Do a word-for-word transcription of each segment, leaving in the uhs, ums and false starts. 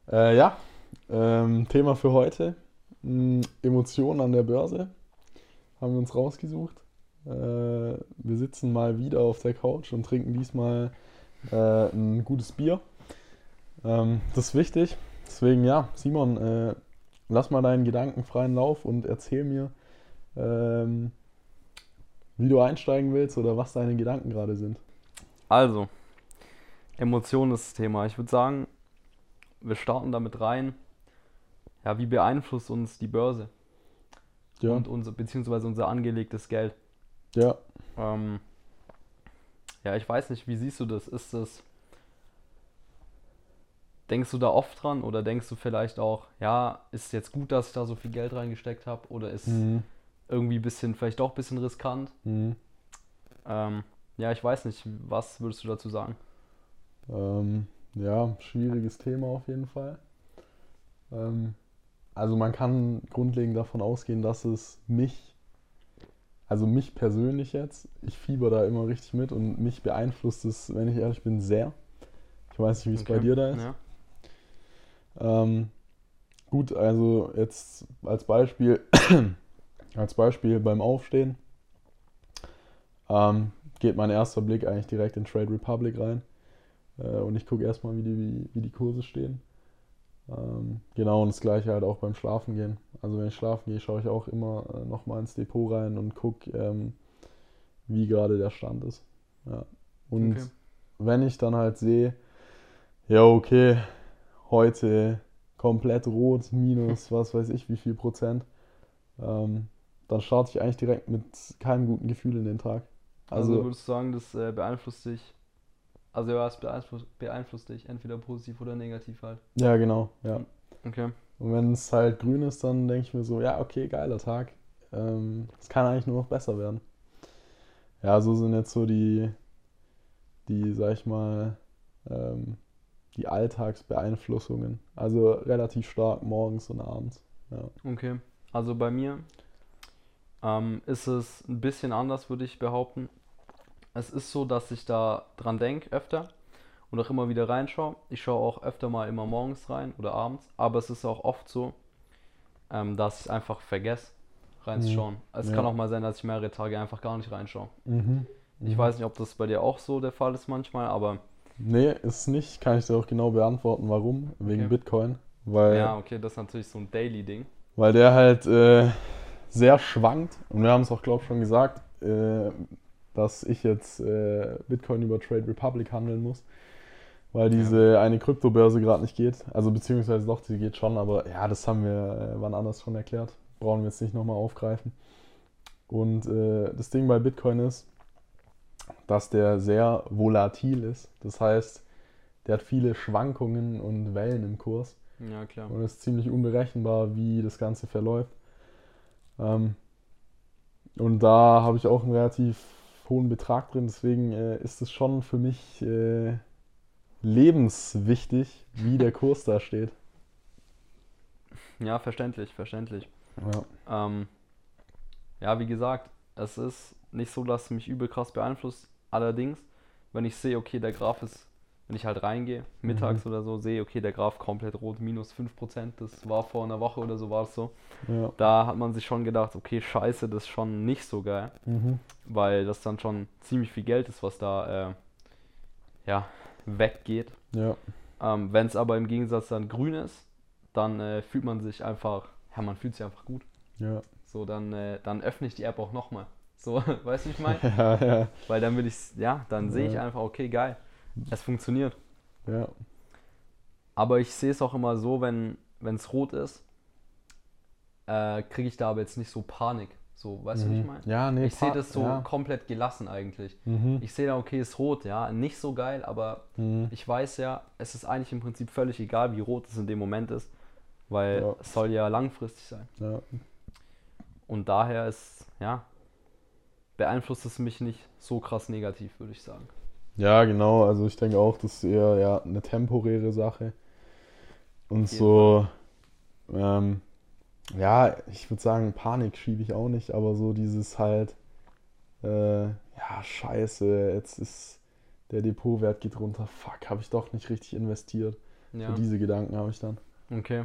Äh, ja, ähm, Thema für heute. Hm, Emotionen an der Börse haben wir uns rausgesucht. Äh, wir sitzen mal wieder auf der Couch und trinken diesmal äh, ein gutes Bier. Ähm, das ist wichtig. Deswegen, ja, Simon, äh, lass mal deinen Gedanken freien Lauf und erzähl mir, ähm, wie du einsteigen willst oder was deine Gedanken gerade sind. Also, Emotionen ist das Thema. Ich würde sagen, wir starten damit rein. Ja, wie beeinflusst uns die Börse Ja, und unser, beziehungsweise unser angelegtes Geld? ja. Ähm, ja, ich weiß nicht, wie siehst du das? Ist das, denkst du da oft dran oder denkst du vielleicht auch, ja, ist jetzt gut, dass ich da so viel Geld reingesteckt habe oder ist Mhm. irgendwie ein bisschen, vielleicht doch ein bisschen riskant? Mhm. Ähm, ja, ich weiß nicht, was würdest du dazu sagen? Ähm, ja, schwieriges Thema auf jeden Fall. Ähm, Also man kann grundlegend davon ausgehen, dass es mich, also mich persönlich jetzt, ich fieber da immer richtig mit und mich beeinflusst es, wenn ich ehrlich bin, sehr. Ich weiß nicht, wie es bei Okay, dir da ist. ja. Ähm, gut, also jetzt als Beispiel, als Beispiel beim Aufstehen ähm, geht mein erster Blick eigentlich direkt in Trade Republic rein äh, und ich gucke erstmal, wie die, wie, wie die Kurse stehen. Ähm, genau, und das gleiche halt auch beim Schlafen gehen. Also wenn ich schlafen gehe, schaue ich auch immer äh, nochmal ins Depot rein und gucke, ähm, wie gerade der Stand ist. Ja. Und Okay. wenn ich dann halt sehe, ja, okay, heute komplett rot, minus was weiß ich wie viel Prozent, ähm, dann starte ich eigentlich direkt mit keinem guten Gefühl in den Tag. Also Also, würdest du sagen, das äh, beeinflusst dich. Also ja, es beeinflusst, beeinflusst dich entweder positiv oder negativ halt. ja, genau, ja. Hm, okay. Und wenn es halt grün ist, dann denke ich mir so, ja, okay, geiler Tag. Ähm, es kann eigentlich nur noch besser werden. Ja, so sind jetzt so die, die, sag ich mal, ähm, die Alltagsbeeinflussungen. Also relativ stark morgens und abends. Ja. Okay. Also bei mir ähm, ist es ein bisschen anders, würde ich behaupten. Es ist so, dass ich da dran denke öfter und auch immer wieder reinschaue. Ich schaue auch öfter mal immer morgens rein oder abends, aber es ist auch oft so, ähm, dass ich es einfach vergesse Mhm. reinzuschauen. Es kann Ja. auch mal sein, dass ich mehrere Tage einfach gar nicht reinschaue. Mhm. Ich Mhm. weiß nicht, ob das bei dir auch so der Fall ist manchmal, aber Nee, ist nicht. Kann ich dir auch genau beantworten, warum. Wegen okay. Bitcoin. Weil, Ja, okay, das ist natürlich so ein Daily-Ding. weil der halt äh, sehr schwankt. Und wir haben es auch, glaube ich, schon gesagt, äh, dass ich jetzt äh, Bitcoin über Trade Republic handeln muss. Weil Ja, gut. diese eine Kryptobörse gerade nicht geht. Also beziehungsweise doch, sie geht schon, aber ja, das haben wir äh, wann anders schon erklärt. Brauchen wir jetzt nicht nochmal aufgreifen. Und äh, das Ding bei Bitcoin ist, dass der sehr volatil ist. Das heißt, der hat viele Schwankungen und Wellen im Kurs Ja, klar. und ist ziemlich unberechenbar, wie das Ganze verläuft. Ähm, und da habe ich auch einen relativ hohen Betrag drin, deswegen äh, ist es schon für mich äh, lebenswichtig, wie der Kurs da steht. Ja, verständlich, verständlich. Ja. Ähm, ja, wie gesagt, es ist nicht so, dass es mich übel krass beeinflusst. Allerdings, wenn ich sehe, okay, der Graph ist, wenn ich halt reingehe, Mhm. mittags oder so, sehe, okay, der Graph komplett rot, minus fünf Prozent, das war vor einer Woche oder so, war es so. Ja. Da hat man sich schon gedacht, okay, scheiße, das ist schon nicht so geil, Mhm. weil das dann schon ziemlich viel Geld ist, was da, äh, ja, weggeht. Ja. Ähm, wenn es aber im Gegensatz dann grün ist, dann äh, fühlt man sich einfach, ja, man fühlt sich einfach gut. Ja. So, dann, äh, dann öffne ich die App auch nochmal. So, weißt du, wie ich meine? Ja. Ja. Weil dann will ich, ja, dann sehe ich Ja. einfach, okay, geil, es funktioniert. Ja. Aber ich sehe es auch immer so, wenn wenn es rot ist, äh, kriege ich da aber jetzt nicht so Panik. So, weißt du, wie ich Mhm. meine? Ja, nee, Ich sehe pa das so ja. komplett gelassen eigentlich. Mhm. Ich sehe da, okay, ist rot, ja, nicht so geil, aber Mhm. ich weiß ja, es ist eigentlich im Prinzip völlig egal, wie rot es in dem Moment ist, weil Ja. es soll ja langfristig sein. Ja. Und daher ist, ja, beeinflusst es mich nicht so krass negativ, würde ich sagen. Ja, genau. Also ich denke auch, das ist eher ja, eine temporäre Sache. Und Auf jeden Fall. so, ähm, ja, ich würde sagen, Panik schiebe ich auch nicht, aber so dieses halt, äh, ja, scheiße, jetzt ist der Depotwert geht runter, fuck, habe ich doch nicht richtig investiert. Ja, Für diese Gedanken habe ich dann. okay.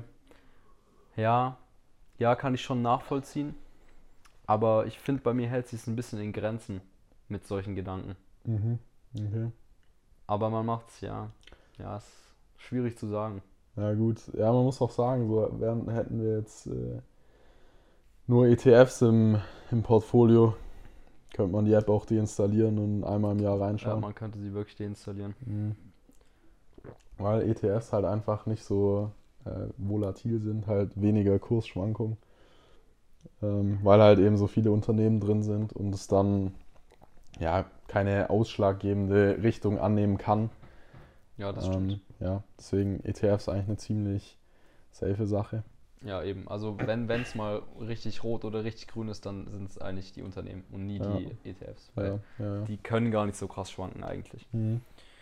Ja, ja, kann ich schon nachvollziehen. Aber ich finde, bei mir hält sich es ein bisschen in Grenzen mit solchen Gedanken. Mhm. Okay. Aber man macht's, ja. Ja, ist schwierig zu sagen. Ja gut, ja, man muss auch sagen, so wären, hätten wir jetzt äh, nur E T Fs im, im Portfolio, könnte man die App auch deinstallieren und einmal im Jahr Ja, reinschauen. man könnte sie wirklich deinstallieren. Mhm. Weil E T Fs halt einfach nicht so äh, volatil sind, halt weniger Kursschwankungen, ähm, weil halt eben so viele Unternehmen drin sind und es dann ja keine ausschlaggebende Richtung annehmen kann. Ja, das stimmt. Ähm, ja, deswegen E T Fs eigentlich eine ziemlich safe Sache. Ja, eben. Also wenn es mal richtig rot oder richtig grün ist, dann sind es eigentlich die Unternehmen und nie Ja. die E T Fs. Weil Ja, ja, ja. die können gar nicht so krass schwanken eigentlich. Mhm.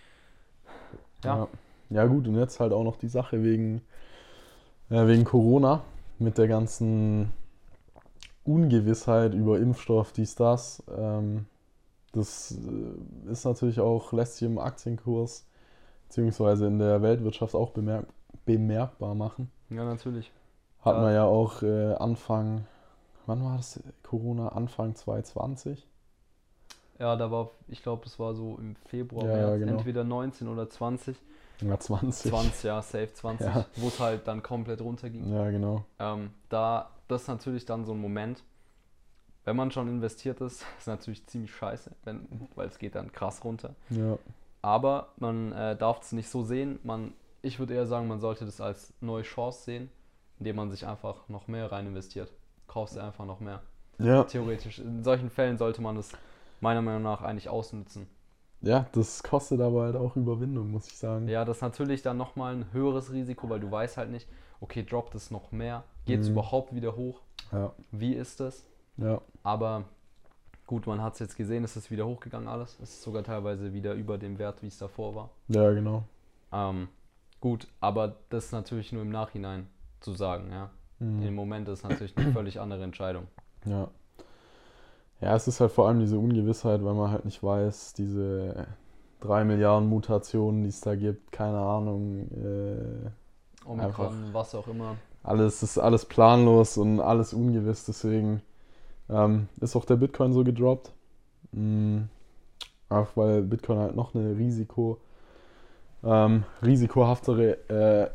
Ja. Ja. Ja gut, und jetzt halt auch noch die Sache wegen, äh, wegen Corona mit der ganzen Ungewissheit über Impfstoff, dies, das. Ähm, das äh, ist natürlich auch, lässt sich im Aktienkurs beziehungsweise in der Weltwirtschaft auch bemerk bemerkbar machen. Ja, natürlich. Hat Da- man ja auch äh, Anfang, wann war das Corona? Anfang zwanzig zwanzig? Ja, da war, ich glaube, das war so im Februar, Ja, ja, März, genau. entweder neunzehn oder zwanzig. Ja, zwanzig. zwanzig, ja, safe zwanzig, Ja. wo es halt dann komplett runterging. Ja, genau. Ähm, da, das ist natürlich dann so ein Moment, wenn man schon investiert ist, ist natürlich ziemlich scheiße, wenn, weil es geht dann krass runter. Ja, Aber man äh, darf es nicht so sehen. Man, ich würde eher sagen, man sollte das als neue Chance sehen, indem man sich einfach noch mehr rein investiert. Kaufst du einfach noch mehr. ja. Theoretisch. In solchen Fällen sollte man es meiner Meinung nach eigentlich ausnutzen. Ja, das kostet aber halt auch Überwindung, muss ich sagen. Ja, das ist natürlich dann nochmal ein höheres Risiko, weil du weißt halt nicht, okay, droppt es noch mehr? Geht es Mhm. überhaupt wieder hoch? Ja, Wie ist es? ja, Aber gut, man hat es jetzt gesehen, es ist wieder hochgegangen alles. Es ist sogar teilweise wieder über dem Wert, wie es davor war. ja, genau. Ähm, gut, aber das ist natürlich nur im Nachhinein zu sagen, ja. Im Mhm. Moment ist es natürlich eine völlig andere Entscheidung. Ja. Ja, es ist halt vor allem diese Ungewissheit, weil man halt nicht weiß, diese drei Milliarden Mutationen, die es da gibt, keine Ahnung, äh, Omikron, was auch immer. alles ist alles planlos und alles ungewiss, deswegen ähm, ist auch der Bitcoin so gedroppt. Mhm. Einfach weil Bitcoin halt noch eine Risiko, ähm, risikohaftere äh,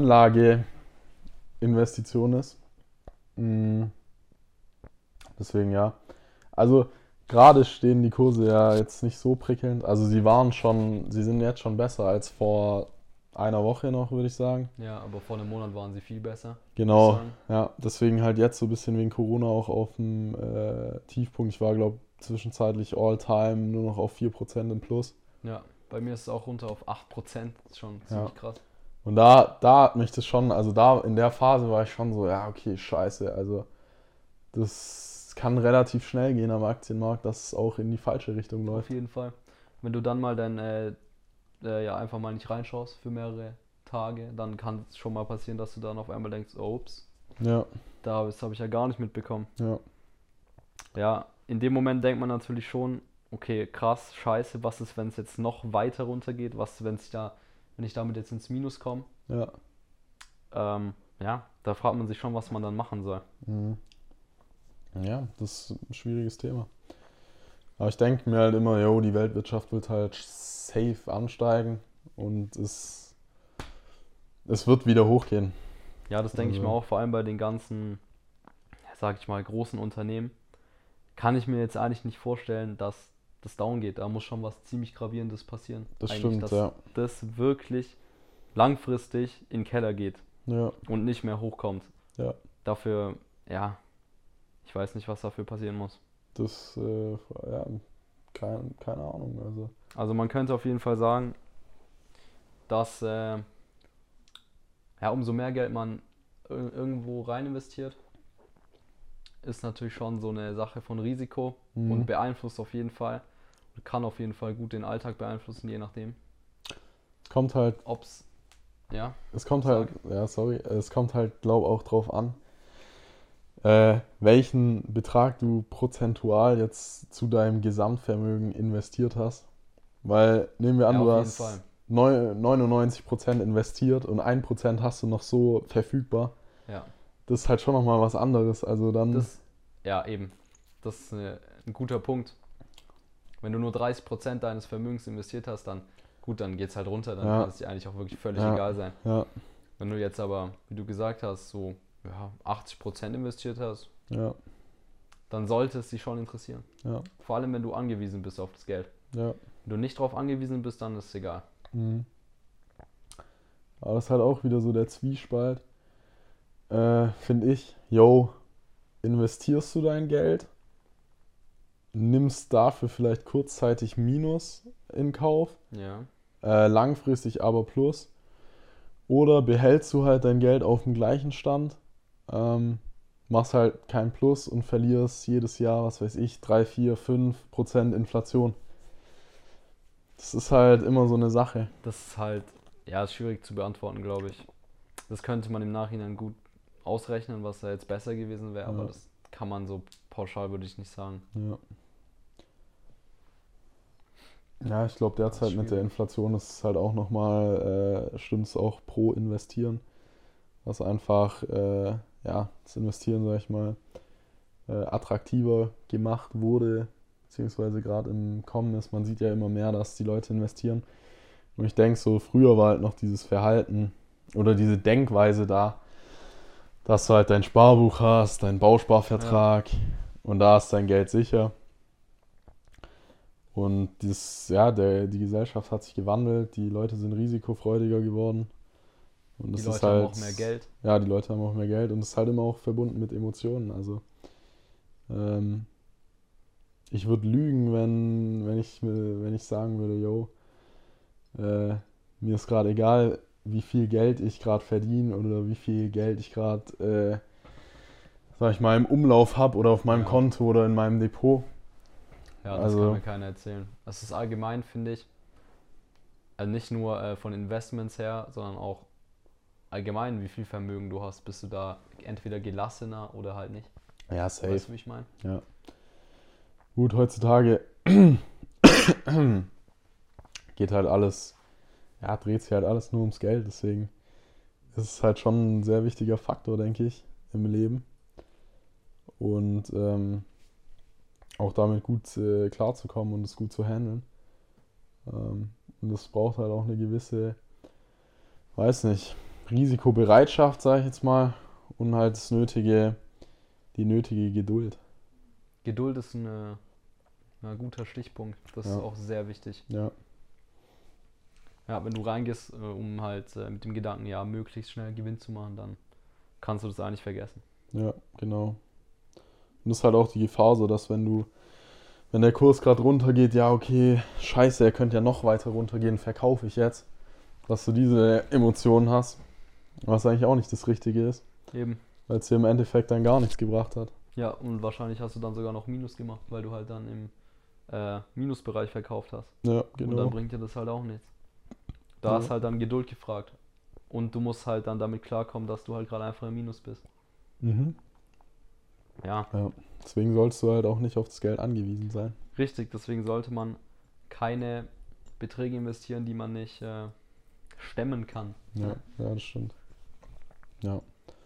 Anlageinvestition ist. Mhm. Deswegen ja. Also gerade stehen die Kurse ja jetzt nicht so prickelnd. Also sie waren schon, sie sind jetzt schon besser als vor einer Woche noch, würde ich sagen. Ja, aber vor einem Monat waren sie viel besser. muss ich Genau, sagen. ja. Deswegen halt jetzt so ein bisschen wegen Corona auch auf dem äh, Tiefpunkt. Ich war, glaube ich, zwischenzeitlich All-Time nur noch auf vier Prozent im Plus. Ja, bei mir ist es auch runter auf acht Prozent. Das ist schon ziemlich krass. Und da, da hat mich das schon, also da in der Phase war ich schon so, ja, okay, scheiße. Also das kann relativ schnell gehen am Aktienmarkt, dass es auch in die falsche Richtung Auf läuft. jeden Fall. Wenn du dann mal dann äh, äh, ja einfach mal nicht reinschaust für mehrere Tage, dann kann es schon mal passieren, dass du dann auf einmal denkst, oh, ups, Ja, da das habe ich ja gar nicht mitbekommen. ja. Ja, in dem Moment denkt man natürlich schon, okay, krass, scheiße, was ist, wenn es jetzt noch weiter runtergeht? Was, wenn ich da, wenn ich damit jetzt ins Minus komme? Ja. Ähm, ja, da fragt man sich schon, was man dann machen soll. Mhm. Ja, das ist ein schwieriges Thema. Aber ich denke mir halt immer, jo, die Weltwirtschaft wird halt safe ansteigen und es, es wird wieder hochgehen. Ja, das denke ich mir Also- auch, vor allem bei den ganzen, sag ich mal, großen Unternehmen, kann ich mir jetzt eigentlich nicht vorstellen, dass das down geht. Da muss schon was ziemlich Gravierendes passieren. Das Eigentlich, stimmt, dass ja. das wirklich langfristig in den Keller geht Ja, und nicht mehr hochkommt. ja. Dafür, ja, ich weiß nicht, was dafür passieren muss. Das, äh, ja, kein, keine Ahnung. Also, Also man könnte auf jeden Fall sagen, dass äh, ja, umso mehr Geld man ir- irgendwo rein investiert, ist natürlich schon so eine Sache von Risiko mhm. und beeinflusst auf jeden Fall, kann auf jeden Fall gut den Alltag beeinflussen, je nachdem, kommt halt, ob es, ja, es kommt halt, ja, sorry, es kommt halt, glaube auch drauf an, äh, welchen Betrag du prozentual jetzt zu deinem Gesamtvermögen investiert hast. Weil, nehmen wir an, ja, du auf jeden hast, Fall. neunundneunzig Prozent investiert und ein Prozent hast du noch so verfügbar. Ja. Das ist halt schon nochmal was anderes. Also dann. Das, ja, eben. Das ist eine, ein guter Punkt. Wenn du nur dreißig Prozent deines Vermögens investiert hast, dann gut, dann geht es halt runter, dann Ja. kann es dir eigentlich auch wirklich völlig Ja. egal sein. Ja, Wenn du jetzt aber, wie du gesagt hast, so ja, achtzig Prozent investiert hast, ja, dann sollte es dich schon interessieren. ja, Vor allem, wenn du angewiesen bist auf das Geld. ja. Wenn du nicht drauf angewiesen bist, dann ist es egal. Mhm. Aber das ist halt auch wieder so der Zwiespalt. Äh, finde ich, yo, investierst du dein Geld, nimmst dafür vielleicht kurzzeitig Minus in Kauf, Ja. äh, langfristig aber Plus, oder behältst du halt dein Geld auf dem gleichen Stand, ähm, machst halt kein Plus und verlierst jedes Jahr, was weiß ich, drei, vier, fünf Prozent Inflation. Das ist halt immer so eine Sache. Das ist halt, ja, ist schwierig zu beantworten, glaube ich. Das könnte man im Nachhinein gut ausrechnen, was da jetzt besser gewesen wäre, aber Ja. das kann man so pauschal, würde ich nicht sagen. Ja. Ja, ich glaube Das ist derzeit mit der schwierig. Inflation ist es halt auch nochmal, äh, stimmt es auch pro Investieren, dass einfach, äh, ja, das Investieren, sag ich mal, äh, attraktiver gemacht wurde, beziehungsweise gerade im Kommen ist. Man sieht ja immer mehr, dass die Leute investieren. Und ich denke, so früher war halt noch dieses Verhalten oder diese Denkweise da, dass du halt dein Sparbuch hast, deinen Bausparvertrag und da ist dein Geld sicher. Und dieses, ja, der, die Gesellschaft hat sich gewandelt, die Leute sind risikofreudiger geworden. Und Die das Leute ist halt, haben auch mehr Geld. Ja, die Leute haben auch mehr Geld und es ist halt immer auch verbunden mit Emotionen. Also ähm, ich würde lügen, wenn, wenn ich mir- wenn ich sagen würde, yo, äh, mir ist gerade egal, wie viel Geld ich gerade verdiene oder wie viel Geld ich gerade, äh, sag ich mal, im Umlauf habe oder auf meinem Ja. Konto oder in meinem Depot. Ja, das Also- kann mir keiner erzählen. Das ist allgemein, finde ich, also nicht nur äh, von Investments her, sondern auch allgemein, wie viel Vermögen du hast. Bist du da entweder gelassener oder halt nicht? Ja, safe. Weißt du, wie ich meine? Gut, heutzutage geht halt alles, ja, dreht sich halt alles nur ums Geld, deswegen ist es halt schon ein sehr wichtiger Faktor, denke ich, im Leben. Und ähm, auch damit gut äh, klarzukommen und es gut zu handeln. Ähm, und das braucht halt auch eine gewisse, weiß nicht, Risikobereitschaft, sage ich jetzt mal, und halt das nötige, die nötige Geduld. Geduld ist ein guter Stichpunkt. Das Ja. ist auch sehr wichtig. Ja, Ja, wenn du reingehst, äh, um halt äh, mit dem Gedanken, ja, möglichst schnell Gewinn zu machen, dann kannst du das eigentlich vergessen. ja, genau. Und das ist halt auch die Gefahr so, dass wenn du, wenn der Kurs gerade runtergeht, ja, okay, scheiße, er könnte ja noch weiter runtergehen, verkaufe ich jetzt, dass du diese Emotionen hast, was eigentlich auch nicht das Richtige ist, Eben. weil es dir im Endeffekt dann gar nichts gebracht hat. Ja, und wahrscheinlich hast du dann sogar noch Minus gemacht, weil du halt dann im äh, Minusbereich verkauft hast. Ja, Und dann genau. bringt dir das halt auch nichts. Da Ja. ist halt dann Geduld gefragt. Und du musst halt dann damit klarkommen, dass du halt gerade einfach im Minus bist. Mhm. Ja, Ja. Deswegen sollst du halt auch nicht auf das Geld angewiesen sein. richtig. Deswegen sollte man keine Beträge investieren, die man nicht äh, stemmen kann. Ja, ja, das stimmt. Ja.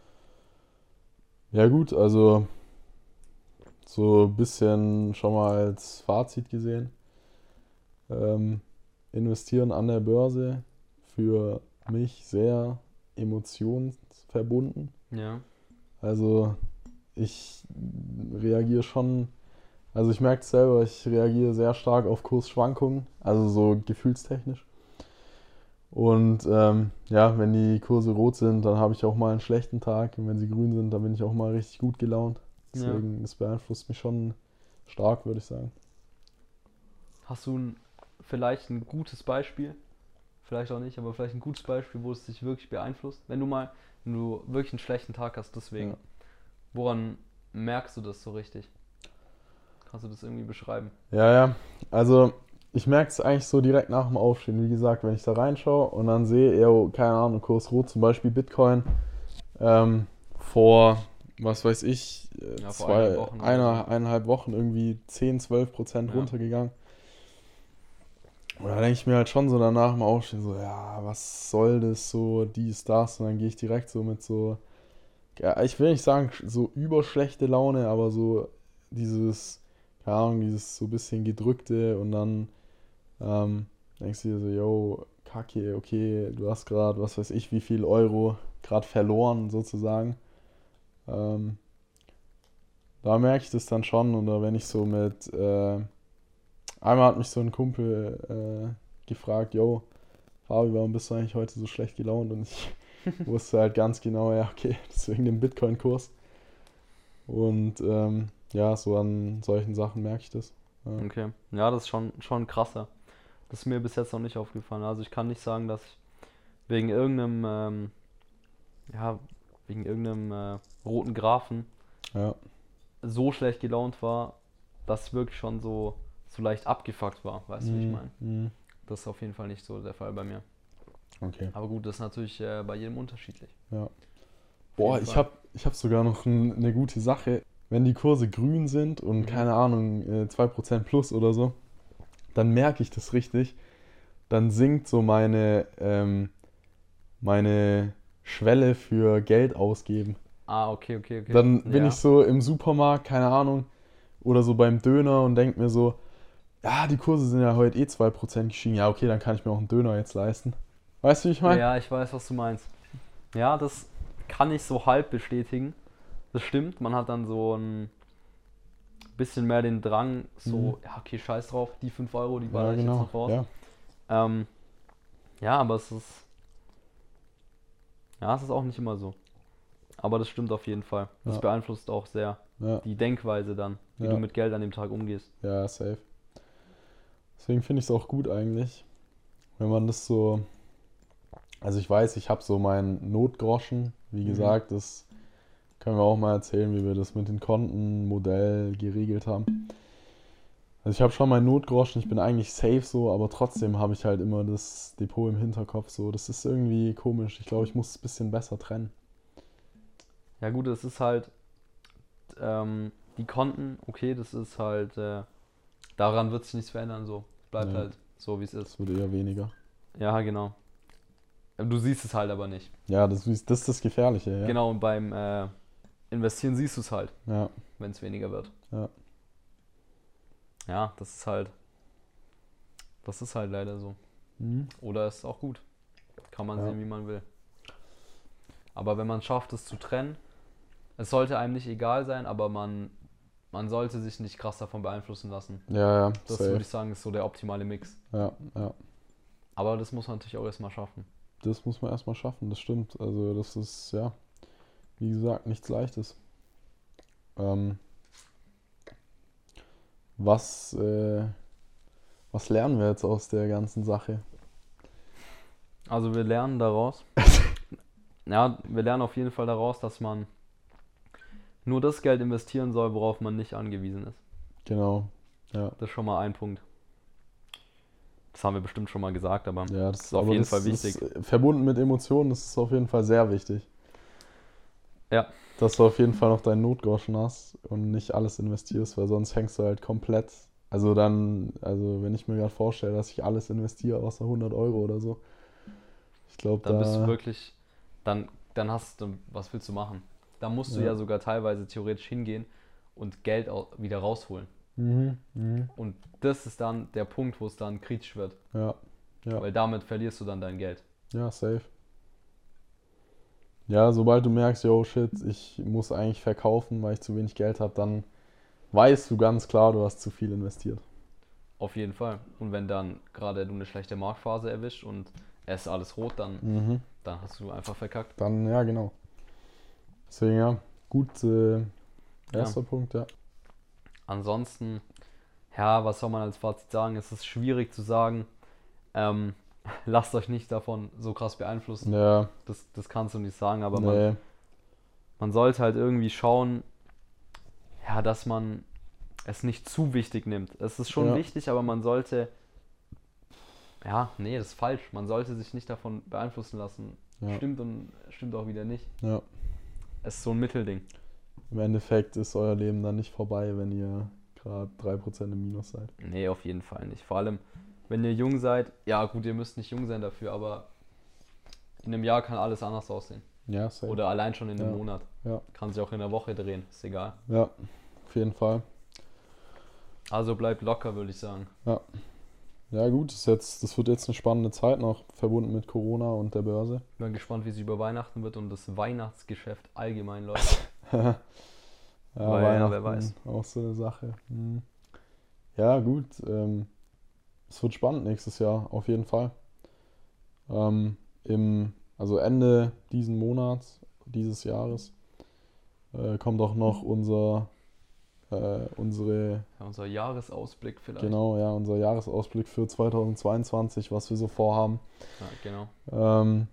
Ja gut, also so ein bisschen schon mal als Fazit gesehen. Ähm, investieren an der Börse für mich sehr emotionsverbunden. Ja, Also ich reagiere schon, also ich merke es selber, ich reagiere sehr stark auf Kursschwankungen, also so gefühlstechnisch. Und ähm, ja, wenn die Kurse rot sind, dann habe ich auch mal einen schlechten Tag. Und wenn sie grün sind, dann bin ich auch mal richtig gut gelaunt. Deswegen, das beeinflusst mich schon stark, würde ich sagen. hast du ein, vielleicht ein gutes Beispiel? Vielleicht auch nicht, aber vielleicht ein gutes Beispiel, wo es dich wirklich beeinflusst? Wenn du mal, wenn du wirklich einen schlechten Tag hast, deswegen, Ja. woran merkst du das so richtig? Kannst du das irgendwie beschreiben? Ja, ja. Also ich merke es eigentlich so direkt nach dem Aufstehen. Wie gesagt, wenn ich da reinschaue und dann sehe, eher, keine Ahnung, Kurs rot, zum Beispiel Bitcoin, ähm, vor, was weiß ich, äh, Ja, vor zwei, eineinhalb Wochen oder einer, so. eineinhalb Wochen irgendwie zehn, zwölf Prozent Ja. runtergegangen. Und da denke ich mir halt schon so danach im Aufstehen so, ja, was soll das so, dies, das. Und dann gehe ich direkt so mit so, ja, ich will nicht sagen so überschlechte Laune, aber so dieses, keine Ahnung, dieses so bisschen gedrückte und dann ähm, denkst du dir so, yo, Kacke, okay, du hast gerade, was weiß ich, wie viel Euro gerade verloren sozusagen. Ähm, Da merke ich das dann schon oder wenn ich so mit, äh, einmal hat mich so ein Kumpel äh, gefragt, yo, Fabi, warum bist du eigentlich heute so schlecht gelaunt? Und ich wusste halt ganz genau, ja, okay, das ist wegen dem Bitcoin-Kurs. Und ähm, ja, so an solchen Sachen merke ich das. Ja. Okay. Ja, das ist schon, schon krasser. Das ist mir bis jetzt noch nicht aufgefallen. Also ich kann nicht sagen, dass ich wegen irgendeinem, ähm, ja, wegen irgendeinem äh, roten Graphen Ja. so schlecht gelaunt war, dass es wirklich schon so, so leicht abgefuckt war. Weißt du, wie ich Mhm. meine? Mhm. Das ist auf jeden Fall nicht so der Fall bei mir. Okay. Aber gut, das ist natürlich äh, bei jedem unterschiedlich. Ja. Auf Boah, jeden ich Fall. habe ich hab sogar noch ein, eine gute Sache. Wenn die Kurse grün sind und Mhm. keine Ahnung, äh, zwei Prozent plus oder so, dann merke ich das richtig. Dann sinkt so meine, ähm, meine Schwelle für Geld ausgeben. Ah, okay, okay, okay. Dann bin ich Ja. so im Supermarkt, keine Ahnung, oder so beim Döner und denke mir so, ja, die Kurse sind ja heute eh zwei Prozent gestiegen. Ja, okay, dann kann ich mir auch einen Döner jetzt leisten. Weißt du, wie ich meine? Ja, ich weiß, was du meinst. Ja, das kann ich so halb bestätigen. Das stimmt. Man hat dann so ein bisschen mehr den Drang, so, Mhm. ja, okay, scheiß drauf, die fünf Euro, die Ja, baller ich jetzt genau. noch raus. Ja. Ähm, ja, aber es ist, ja, es ist auch nicht immer so. Aber das stimmt auf jeden Fall. Das Ja. beeinflusst auch sehr Ja, die Denkweise dann, wie Ja. du mit Geld an dem Tag umgehst. ja, safe. Deswegen finde ich es auch gut eigentlich, wenn man das so. Also ich weiß, ich habe so meinen Notgroschen, wie Mhm. gesagt, das können wir auch mal erzählen, wie wir das mit dem Kontenmodell geregelt haben. Also ich habe schon meinen Notgroschen, ich bin eigentlich safe so, aber trotzdem habe ich halt immer das Depot im Hinterkopf so. Das ist irgendwie komisch. Ich glaube, ich muss es ein bisschen besser trennen. Ja gut, es ist halt, ähm, die Konten, okay, das ist halt, äh, daran wird sich nichts verändern, so. Bleibt Ja. halt so, wie es ist. Das wird eher weniger. Ja, genau. Du siehst es halt aber nicht. Ja, das, ist- das ist das Gefährliche, ja. Genau, und beim äh, Investieren siehst du es halt, Ja, wenn es weniger wird. ja. Ja, das ist halt, das ist halt leider so. Mhm. Oder ist auch gut. Kann man Ja. sehen, wie man will. Aber wenn man schafft, es zu trennen, es sollte einem nicht egal sein, aber man, man sollte sich nicht krass davon beeinflussen lassen. Ja, ja, Das safe. würde ich sagen, ist so der optimale Mix. Ja, ja. Aber das muss man natürlich auch erstmal schaffen. Das muss man erstmal schaffen, das stimmt. Also das ist, ja, wie gesagt, nichts Leichtes. Ähm, was, äh, was lernen wir jetzt aus der ganzen Sache? Also wir lernen daraus, ja, wir lernen auf jeden Fall daraus, dass man nur das Geld investieren soll, worauf man nicht angewiesen ist. Genau, ja. Das ist schon mal ein Punkt. Das haben wir bestimmt schon mal gesagt, aber Ja, das das ist auf aber jeden das Fall wichtig. ist verbunden mit Emotionen, das ist auf jeden Fall sehr wichtig. Ja. Dass du auf jeden Fall noch deinen Notgroschen hast und nicht alles investierst, weil sonst hängst du halt komplett. Also dann, also wenn ich mir gerade vorstelle, dass ich alles investiere, außer hundert Euro oder so. Ich glaube, Dann da. bist du wirklich, dann, dann hast du, was willst du machen? Da musst du Ja. ja sogar teilweise theoretisch hingehen und Geld au- wieder rausholen. Mhm, mhm. Und das ist dann der Punkt, wo es dann kritisch wird. Ja, ja. Weil damit verlierst du dann dein Geld. Ja, safe. Ja, sobald du merkst, yo, shit, ich muss eigentlich verkaufen, weil ich zu wenig Geld habe, dann weißt du ganz klar, du hast zu viel investiert. Auf jeden Fall. Und wenn dann gerade du eine schlechte Marktphase erwischt und es ist alles rot, dann, Mhm. dann hast du einfach verkackt. Dann, ja, genau. Deswegen, ja, gut, äh, erster Punkt, ja. Ansonsten, ja, was soll man als Fazit sagen? Es ist schwierig zu sagen. Ähm, lasst euch nicht davon so krass beeinflussen. Ja, Das, das kannst du nicht sagen, aber man, nee, man sollte halt irgendwie schauen, ja, dass man es nicht zu wichtig nimmt. Es ist schon Ja. wichtig, aber man sollte, ja, nee, das ist falsch. Man sollte sich nicht davon beeinflussen lassen. Ja. Stimmt und stimmt auch wieder nicht. ja. Es ist so ein Mittelding. Im Endeffekt ist euer Leben dann nicht vorbei, wenn ihr gerade drei Prozent im Minus seid. Nee, auf jeden Fall nicht. Vor allem, wenn ihr jung seid, ja gut, ihr müsst nicht jung sein dafür, aber in einem Jahr kann alles anders aussehen. Ja, safe. Oder allein schon in einem Ja. Monat. Ja. Kann sich auch in der Woche drehen, ist egal. Ja, auf jeden Fall. Also bleibt locker, würde ich sagen. Ja. Ja gut, das, ist jetzt, das wird jetzt eine spannende Zeit noch, verbunden mit Corona und der Börse. Bin gespannt, wie es über Weihnachten wird und das Weihnachtsgeschäft allgemein läuft. ja, Weil, ja, wer Weihnachten weiß. Auch so eine Sache. Hm. Ja gut, ähm, es wird spannend nächstes Jahr, auf jeden Fall. Ähm, im, also Ende diesen Monats, dieses Jahres, äh, kommt auch noch unser, äh, unsere, Ja, unser Jahresausblick vielleicht. genau, ja, unser Jahresausblick für zweitausendzweiundzwanzig, was wir so vorhaben. Ja, genau. Ähm,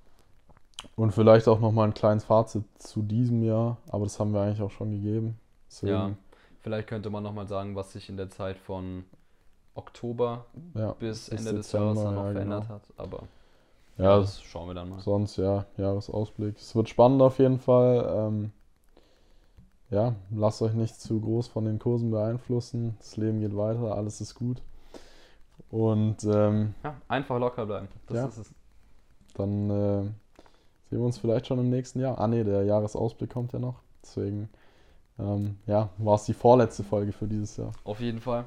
und vielleicht auch nochmal ein kleines Fazit zu diesem Jahr, aber das haben wir eigentlich auch schon gegeben. Deswegen, Ja, vielleicht könnte man nochmal sagen, was sich in der Zeit von Oktober ja, bis, bis Ende des Dezember, Jahres dann noch ja, verändert genau. hat. Aber Ja, das schauen wir dann mal. sonst ja, Jahresausblick. Es wird spannend auf jeden Fall. Ähm, ja, lasst euch nicht zu groß von den Kursen beeinflussen. Das Leben geht weiter, alles ist gut. Und ähm, Ja, einfach locker bleiben. Das Ja. ist es. dann äh, sehen wir uns vielleicht schon im nächsten Jahr. Ah ne, der Jahresausblick kommt ja noch. Deswegen, ähm, ja, war es die vorletzte Folge für dieses Jahr. Auf jeden Fall.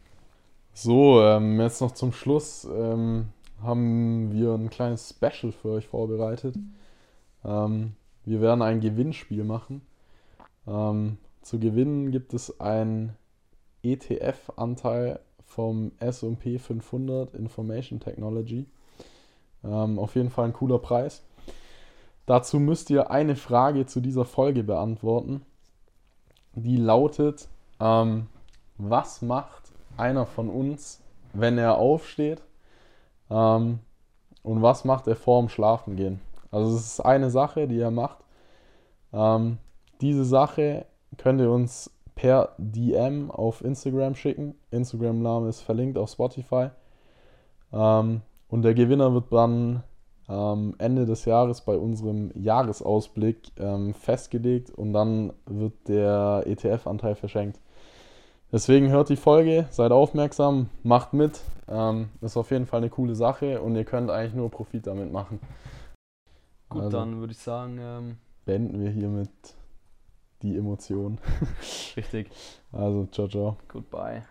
So, ähm, jetzt noch zum Schluss ähm, haben wir ein kleines Special für euch vorbereitet. Ähm, wir werden ein Gewinnspiel machen. Ähm, zu gewinnen gibt es einen E T F-Anteil vom S und P fünfhundert Information Technology. Ähm, auf jeden Fall ein cooler Preis. Dazu müsst ihr eine Frage zu dieser Folge beantworten. Die lautet, ähm, was macht einer von uns, wenn er aufsteht? Ähm, und was macht er vorm Schlafengehen? Also es ist eine Sache, die er macht. Ähm, diese Sache könnt ihr uns per D M auf Instagram schicken. Instagram-Name ist verlinkt auf Spotify. Ähm, und der Gewinner wird dann ähm, Ende des Jahres bei unserem Jahresausblick ähm, festgelegt und dann wird der E T F-Anteil verschenkt. Deswegen hört die Folge, seid aufmerksam, macht mit. Ähm, ist auf jeden Fall eine coole Sache und ihr könnt eigentlich nur Profit damit machen. Gut, Also dann würde ich sagen, ähm, beenden wir hiermit die Emotionen. richtig. Also, ciao, ciao. Goodbye.